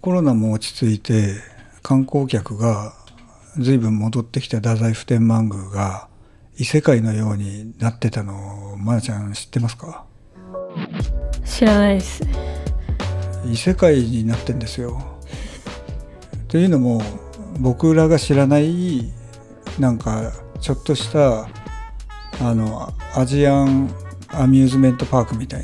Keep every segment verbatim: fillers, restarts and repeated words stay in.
コロナも落ち着いて観光客が随分戻ってきた太宰府天満宮が異世界のようになってたのをまなちゃん知ってますか？ 知らないですね。 異世界になってんですよ。というのも僕らが知らないなんかちょっとしたあのアジアンアミューズメントパークみたいな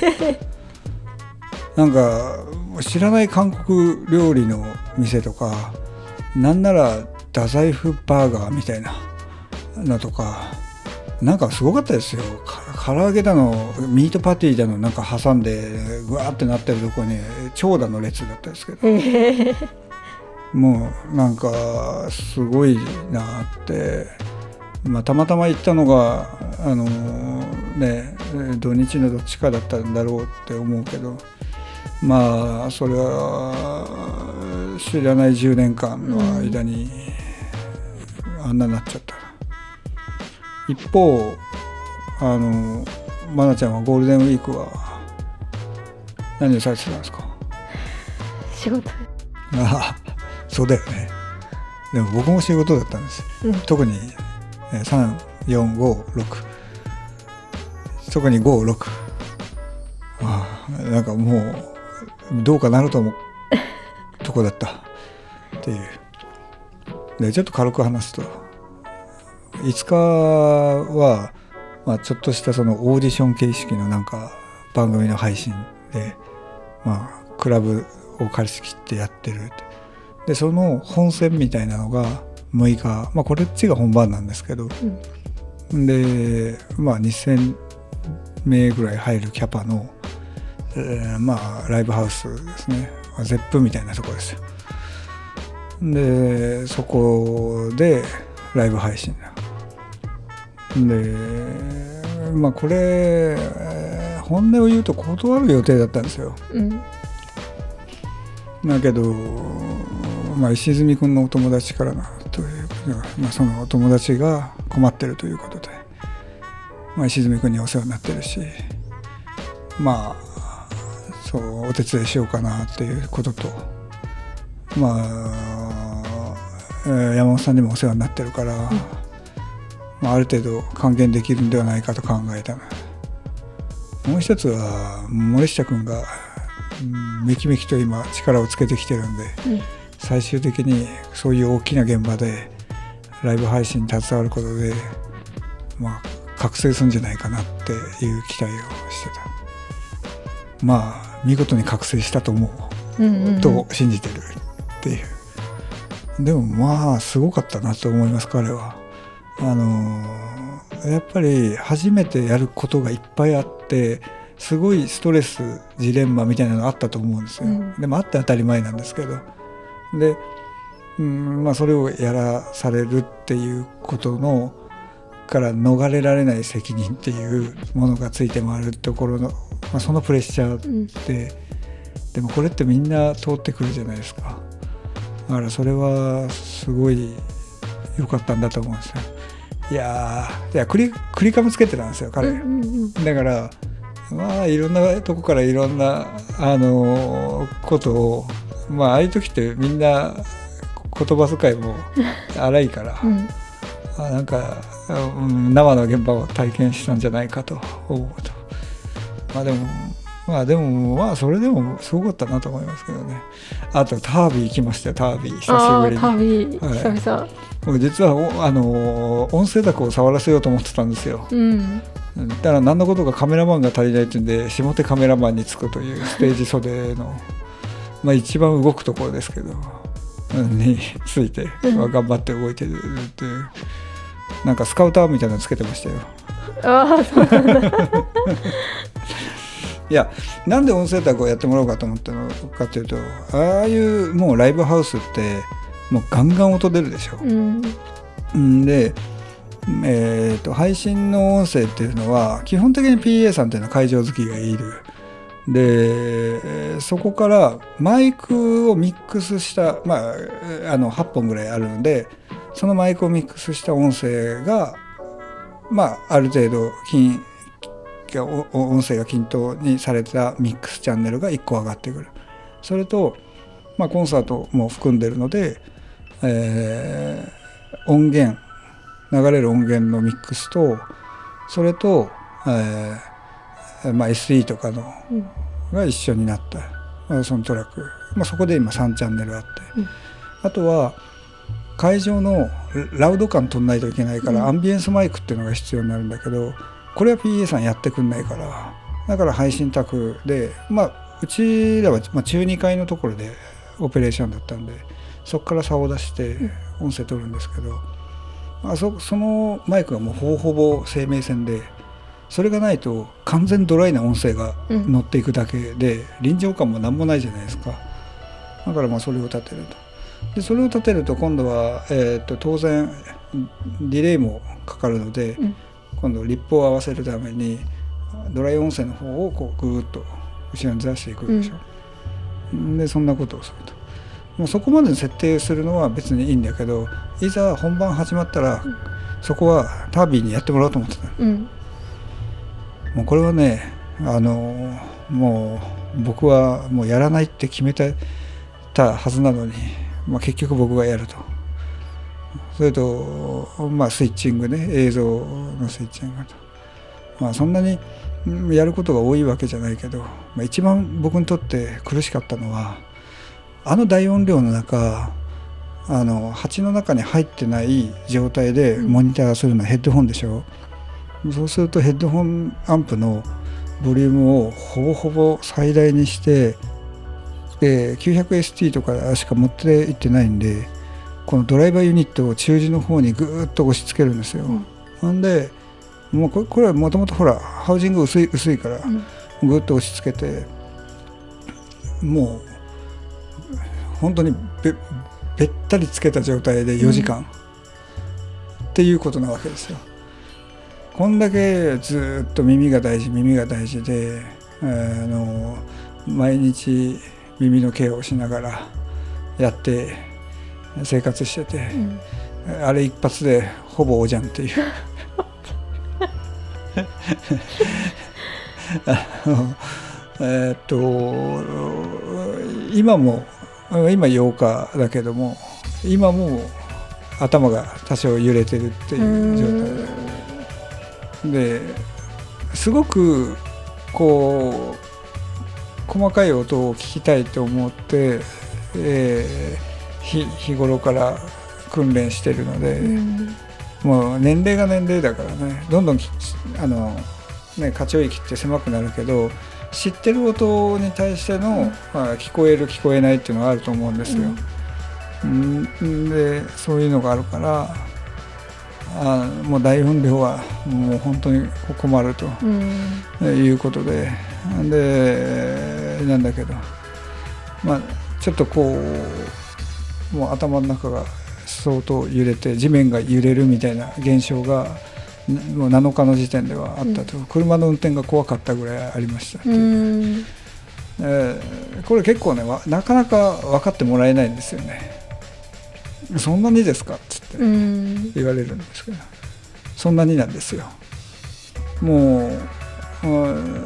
なんか知らない韓国料理の店とか、なんなら太宰府バーガーみたいなのとか、なんかすごかったですよ。唐揚げだのミートパティだのなんか挟んでぐわーってなってるとこに長蛇の列だったですけどもうなんかすごいなって、まあ、たまたま行ったのがあのね土日のどっちかだったんだろうって思うけど、まあそれは知らないじゅうねんかんの間にあんなになっちゃった。一方あのまなちゃんはゴールデンウィークは何をされてたんですか？ 仕事。 ああ、そうだよね。でも僕も仕事だったんです、うん、特にさん、よん、ご、ろく、特にご、ろく、ああ、なんかもうどうかなると思うとこだったっていう。でちょっと軽く話すと、いつかは、まあ、ちょっとしたそのオーディション形式のなんか番組の配信で、まあ、クラブを借り切ってやってるって。でその本戦みたいなのがむいか、まあ、これっちが本番なんですけど、うん、で、まあ、にせんめいぐらい入るキャパの、えー、まあライブハウスですね。ゼップみたいなところですよ。でそこでライブ配信で、まあこれ本音を言うと断る予定だったんですよ、うん、だけど、まあ、石積君のお友達からのという、まあ、そのお友達が困ってるということで、まあ、石積君にお世話になってるし、まあそうお手伝いしようかなっていうことと、まあ山本さんにもお世話になってるから、うん、まあ、ある程度還元できるんではないかと考えた。もう一つは森下君がめきめきと今力をつけてきてるんで、うん、最終的にそういう大きな現場でライブ配信に携わることで、まあ、覚醒するんじゃないかなっていう期待をしてた。まあ見事に覚醒したと思う、うんうんうん、と信じてるっていう。でもまあすごかったなと思います。彼はあのー、やっぱり初めてやることがいっぱいあってすごいストレスジレンマみたいなのあったと思うんですよ、うん、でもあって当たり前なんですけど、で、うんまあ、それをやらされるっていうことのから逃れられない責任っていうものがついて回るところの、まあ、そのプレッシャーって、うん、でもこれってみんな通ってくるじゃないですか。だからそれはすごい良かったんだと思うんですよ。いやー、いやクリ、クリカムつけてたんですよ彼、うんうんうん、だからまあいろんなとこからいろんなあのー、ことを、まあああいう時ってみんな言葉遣いも荒いから、うん、あなんか、うん、生の現場を体験したんじゃないかと思うと、まあでもまあでもまあそれでもすごかったなと思いますけどね。あとタービー行きましたよ。タービー久しぶりに。 タービー、はい、久々。 僕実はあの音声卓を触らせようと思ってたんですよ、うん、だから何のことかカメラマンが足りないっていうんで下手カメラマンにつくというステージ袖のまあ一番動くところですけどについて、まあ、頑張って動いてるっていう、なんかスカウターみたいなのつけてましたよ。 ああそうなんだいや、なんで音声卓をやってもらおうかと思ったのかというと、ああいうもうライブハウスってもうガンガン音出るでしょ、うん、で、えーと、配信の音声っていうのは基本的に ピーエー さんっていうのは会場好きがいる。でそこからマイクをミックスした、まあ、あのはっぽんぐらいあるので、そのマイクをミックスした音声が、まあ、ある程度均音声が均等にされたミックスチャンネルがいっこ上がってくる。それとまあ、コンサートも含んでるので、えー、音源流れる音源のミックスとそれと、えーまあ、エスイー とかのが一緒になった、まあ、そのトラック、まあ、そこで今さんチャンネルあって、うん、あとは会場のラウド感取んないといけないから、うん、アンビエンスマイクっていうのが必要になるんだけど、これは ピーエー さんやってくんないから、だから配信卓で、まあ、うちらはまあ中にかいのところでオペレーションだったんで、そこから差を出して音声取るんですけど、あ そ, そのマイクがもうほぼほぼ生命線で、それがないと完全ドライな音声が乗っていくだけで、うん、臨場感も何もないじゃないですか。だからまあそれを立てると。でそれを立てると今度は、えー、と当然ディレイもかかるので、うん、今度リップを合わせるためにドライ音声の方をこうグーッと後ろにずらしていくでしょ、うん、でそんなことをすると。もうそこまで設定するのは別にいいんだけど、いざ本番始まったら、うん、そこはタービーにやってもらおうと思ってた、うん、もうこれはね、あのもう僕はもうやらないって決めてたはずなのに、まあ、結局僕がやると。それと、まあ、スイッチングね、映像のスイッチングと、まあ、そんなにやることが多いわけじゃないけど、まあ、一番僕にとって苦しかったのは、あの大音量の中、あの鉢の中に入ってない状態でモニターするのはヘッドホンでしょ、うん、そうするとヘッドホンアンプのボリュームをほぼほぼ最大にして、で きゅうひゃくエスティー とかしか持っていってないんで、このドライバーユニットを中耳の方にぐーっと押し付けるんですよ、うん、なんでもうこれ、これはもともとほらハウジング薄い、薄いから、うん、ぐーっと押し付けて、もう本当に べ, べったりつけた状態でよじかん、うん、っていうことなわけですよ。こんだけずっと耳が大事耳が大事で、あの毎日耳のケアをしながらやって生活してて、うん、あれ一発でほぼおじゃんっていうえっと今も今ようかだけども、今も頭が多少揺れてるっていう状態ですごくこう細かい音を聞きたいと思って、えー、日, 日頃から訓練してるので、もう年齢が年齢だからね、どんどんあの、ね、過聴域って狭くなるけど、知ってる音に対しての、うんまあ、聞こえる聞こえないっていうのがあると思うんですよ、うん、でそういうのがあるから、あもう大音量はもう本当に困ると、うん、いうことででなんだけど、まあちょっとこうもう頭の中が相当揺れて地面が揺れるみたいな現象がもうなのかの時点ではあったと、うん、車の運転が怖かったぐらいありました、うんえー、これ結構ねなかなか分かってもらえないんですよね。そんなにですかっつって言われるんですけど、そんなになんですよ。もう、うん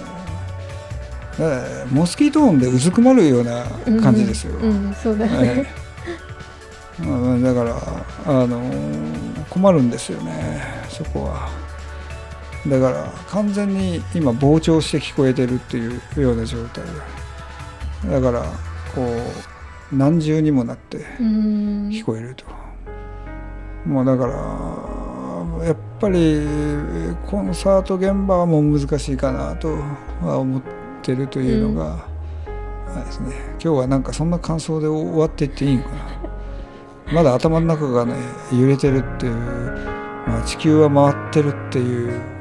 えー、モスキート音でうずくまるような感じですよ、 うんうん、そうだね、 えー、だからあのー、困るんですよねそこは。だから完全に今膨張して聞こえてるっていうような状態だから、こう何重にもなって聞こえると。もうだからやっぱりコンサート現場はもう難しいかなとは思ってるというのが、うん、ですね。今日はなんかそんな感想で終わっていっていいのかな。まだ頭の中がね揺れてるっていう、まあ、地球は回ってるっていう